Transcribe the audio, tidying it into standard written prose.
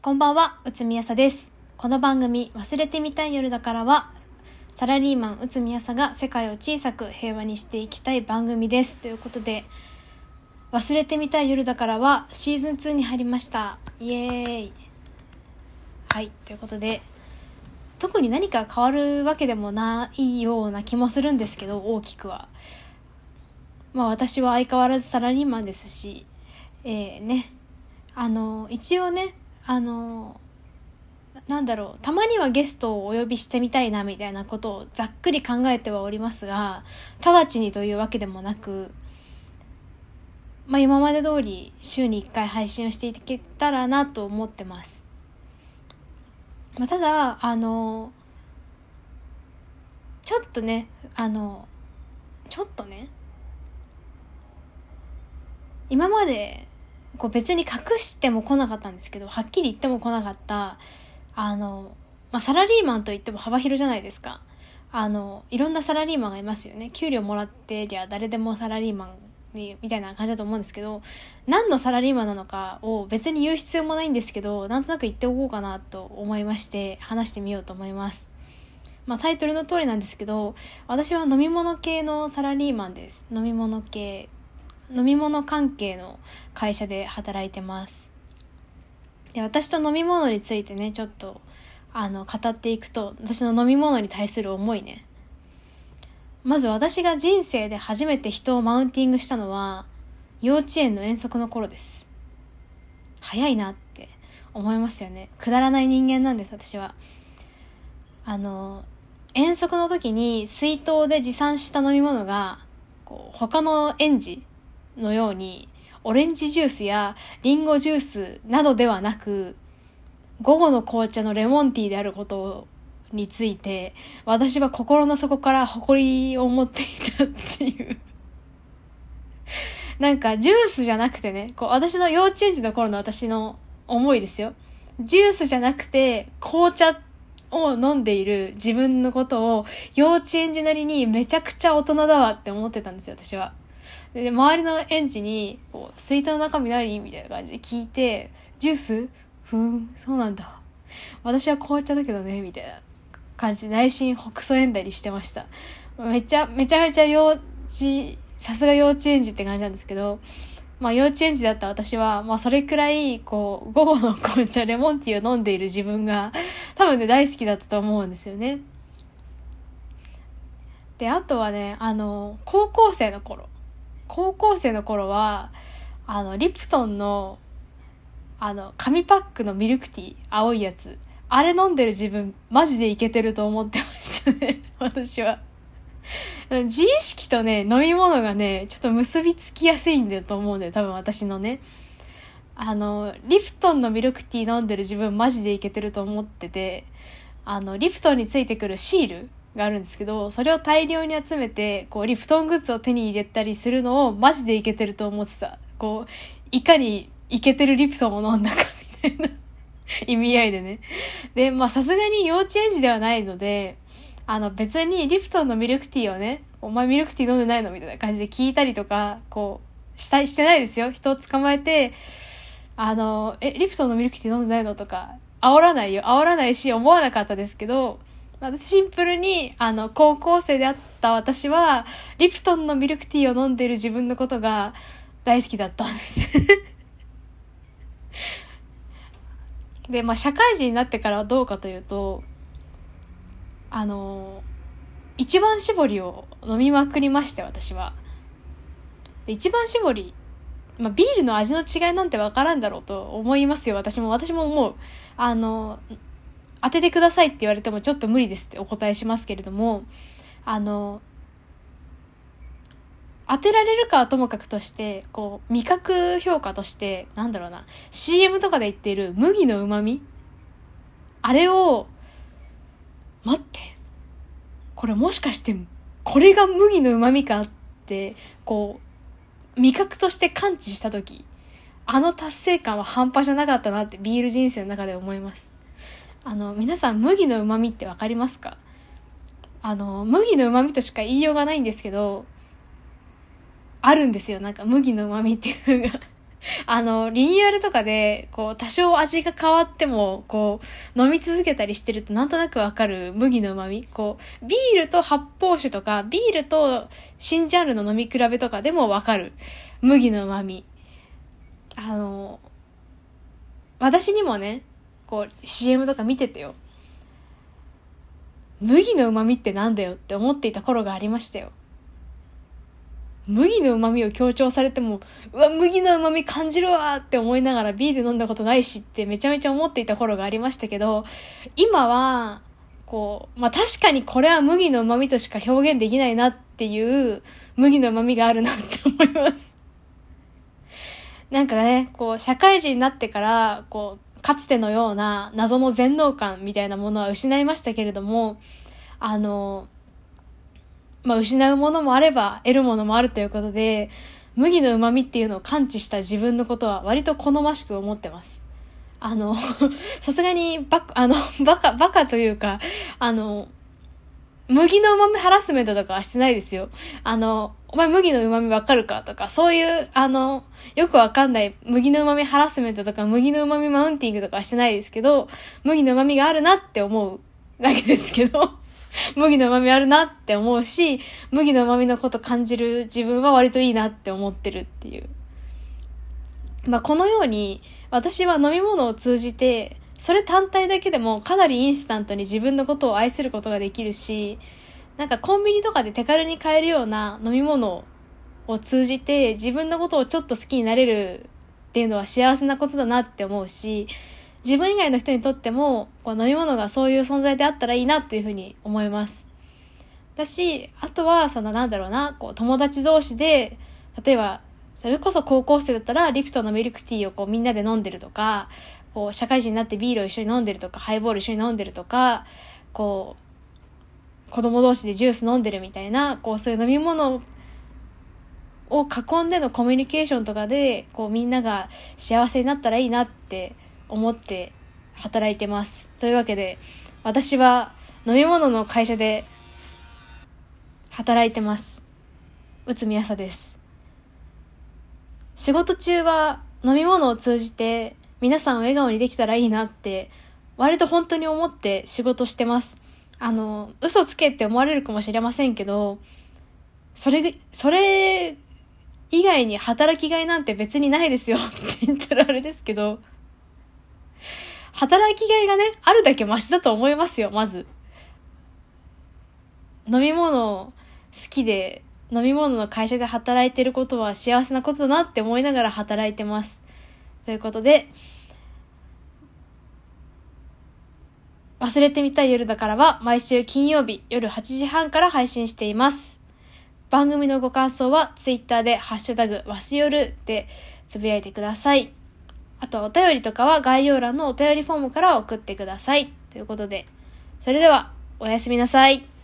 こんばんは、内海朝です。この番組、忘れてみたい夜だからは、サラリーマン内海朝が世界を小さく平和にしていきたい番組です。ということで、忘れてみたい夜だからはシーズン2に入りました。イエーイ。はい、ということで、特に何か変わるわけでもないような気もするんですけど、大きくは。私は相変わらずサラリーマンですし、一応ね、たまにはゲストをお呼びしてみたいなみたいなことをざっくり考えてはおりますが、直ちにというわけでもなく、今まで通り週に1回配信をしていけたらなと思ってます。ただちょっとね今まで別に隠しても来なかったんですけど、はっきり言っても来なかったサラリーマンといっても幅広じゃないですか。いろんなサラリーマンがいますよね。給料もらってりゃ誰でもサラリーマンみたいな感じだと思うんですけど、何のサラリーマンなのかを別に言う必要もないんですけど、なんとなく言っておこうかなと思いまして話してみようと思います。タイトルの通りなんですけど、私は飲み物系のサラリーマンです。飲み物関係の会社で働いてます。で、私と飲み物についてね、ちょっと語っていくと、私の飲み物に対する思いね。まず私が人生で初めて人をマウンティングしたのは幼稚園の遠足の頃です。早いなって思いますよね。くだらない人間なんです、私は。遠足の時に水筒で持参した飲み物が他の園児のようにオレンジジュースやリンゴジュースなどではなく、午後の紅茶のレモンティーであることについて、私は心の底から誇りを持っていたっていうジュースじゃなくてね、私の幼稚園児の頃の私の思いですよ。ジュースじゃなくて紅茶を飲んでいる自分のことを幼稚園児なりにめちゃくちゃ大人だわって思ってたんですよ、私は。で、周りの園児に水筒の中身何みたいな感じで聞いて、ジュース？そうなんだ。私は紅茶だけどね、みたいな感じで内心ほくそ笑んだりしてました。めちゃめちゃさすが幼稚園児って感じなんですけど、幼稚園児だった私は、それくらい、午後の紅茶、レモンティーを飲んでいる自分が、多分ね、大好きだったと思うんですよね。で、あとはね、高校生の頃は、リプトンの、紙パックのミルクティー、青いやつ。あれ飲んでる自分、マジでイケてると思ってましたね、私は。自意識とね、飲み物がね、ちょっと結びつきやすいんだと思うんだよ、多分私のね。リプトンのミルクティー飲んでる自分、マジでイケてると思ってて、リプトンについてくるシールがあるんですけど、それを大量に集めて、リプトングッズを手に入れたりするのをマジでイケてると思ってた。いかにイケてるリプトンを飲んだかみたいな意味合いでね。で、さすがに幼稚園児ではないので、別にリプトンのミルクティーをね、お前ミルクティー飲んでないのみたいな感じで聞いたりとか、してないですよ。人を捕まえて、リプトンのミルクティー飲んでないのとか、煽らないし、思わなかったですけど、シンプルに、高校生であった私は、リプトンのミルクティーを飲んでいる自分のことが大好きだったんです。で、社会人になってからはどうかというと、一番搾りを飲みまくりまして、私は。で、一番搾り、ビールの味の違いなんてわからんだろうと思いますよ、私も思う。当ててくださいって言われてもちょっと無理ですってお答えしますけれども、当てられるかはともかくとして、味覚評価として、CM とかで言っている麦の旨味、あれを、待って、これもしかしてこれが麦の旨味かって味覚として感知したとき、達成感は半端じゃなかったなってビール人生の中で思います。皆さん麦の旨味ってわかりますか？麦の旨味としか言いようがないんですけど、あるんですよ、麦の旨味っていうのがリニューアルとかで、多少味が変わっても、飲み続けたりしてるとなんとなくわかる麦の旨味。ビールと発泡酒とか、ビールと新ジャンルの飲み比べとかでもわかる麦の旨味。私にもね、CM とか見ててよ。麦の旨味ってなんだよって思っていた頃がありましたよ。麦の旨味を強調されても、うわ、麦の旨味感じるわって思いながらビール飲んだことないしってめちゃめちゃ思っていた頃がありましたけど、今は、確かにこれは麦の旨味としか表現できないなっていう麦の旨味があるなって思います。なんかね、社会人になってから、かつてのような謎の全能感みたいなものは失いましたけれども、失うものもあれば得るものもあるということで、麦の旨味っていうのを感知した自分のことは割と好ましく思ってます。さすがにバカというか、麦の旨味ハラスメントとかはしてないですよ。お前麦の旨味わかるかとか、そういう、よくわかんない麦の旨味ハラスメントとか、麦の旨味マウンティングとかはしてないですけど、麦の旨味があるなって思うだけですけど、麦の旨味あるなって思うし、麦の旨味のこと感じる自分は割といいなって思ってるっていう。このように、私は飲み物を通じて、それ単体だけでもかなりインスタントに自分のことを愛することができるし、コンビニとかで手軽に買えるような飲み物を通じて自分のことをちょっと好きになれるっていうのは幸せなことだなって思うし、自分以外の人にとっても飲み物がそういう存在であったらいいなっていうふうに思います。だし、あとは友達同士で、例えばそれこそ高校生だったらリプトンのミルクティーをみんなで飲んでるとか、社会人になってビールを一緒に飲んでるとか、ハイボール一緒に飲んでるとか、子供同士でジュース飲んでるみたいな、そういう飲み物を囲んでのコミュニケーションとかで、みんなが幸せになったらいいなって思って働いてます。というわけで、私は飲み物の会社で働いてます。内海朝です。仕事中は飲み物を通じて皆さんを笑顔にできたらいいなって割と本当に思って仕事してます。嘘つけって思われるかもしれませんけど、それ以外に働きがいなんて別にないですよって言ったらあれですけど、働きがいがね、あるだけマシだと思いますよ、まず。飲み物好きで、飲み物の会社で働いてることは幸せなことだなって思いながら働いてます。ということで、忘れてみたい夜だからは毎週金曜日夜8時半から配信しています。番組のご感想はツイッターでハッシュタグわすよるでつぶやいてください。あとお便りとかは概要欄のお便りフォームから送ってください。ということで、それではおやすみなさい。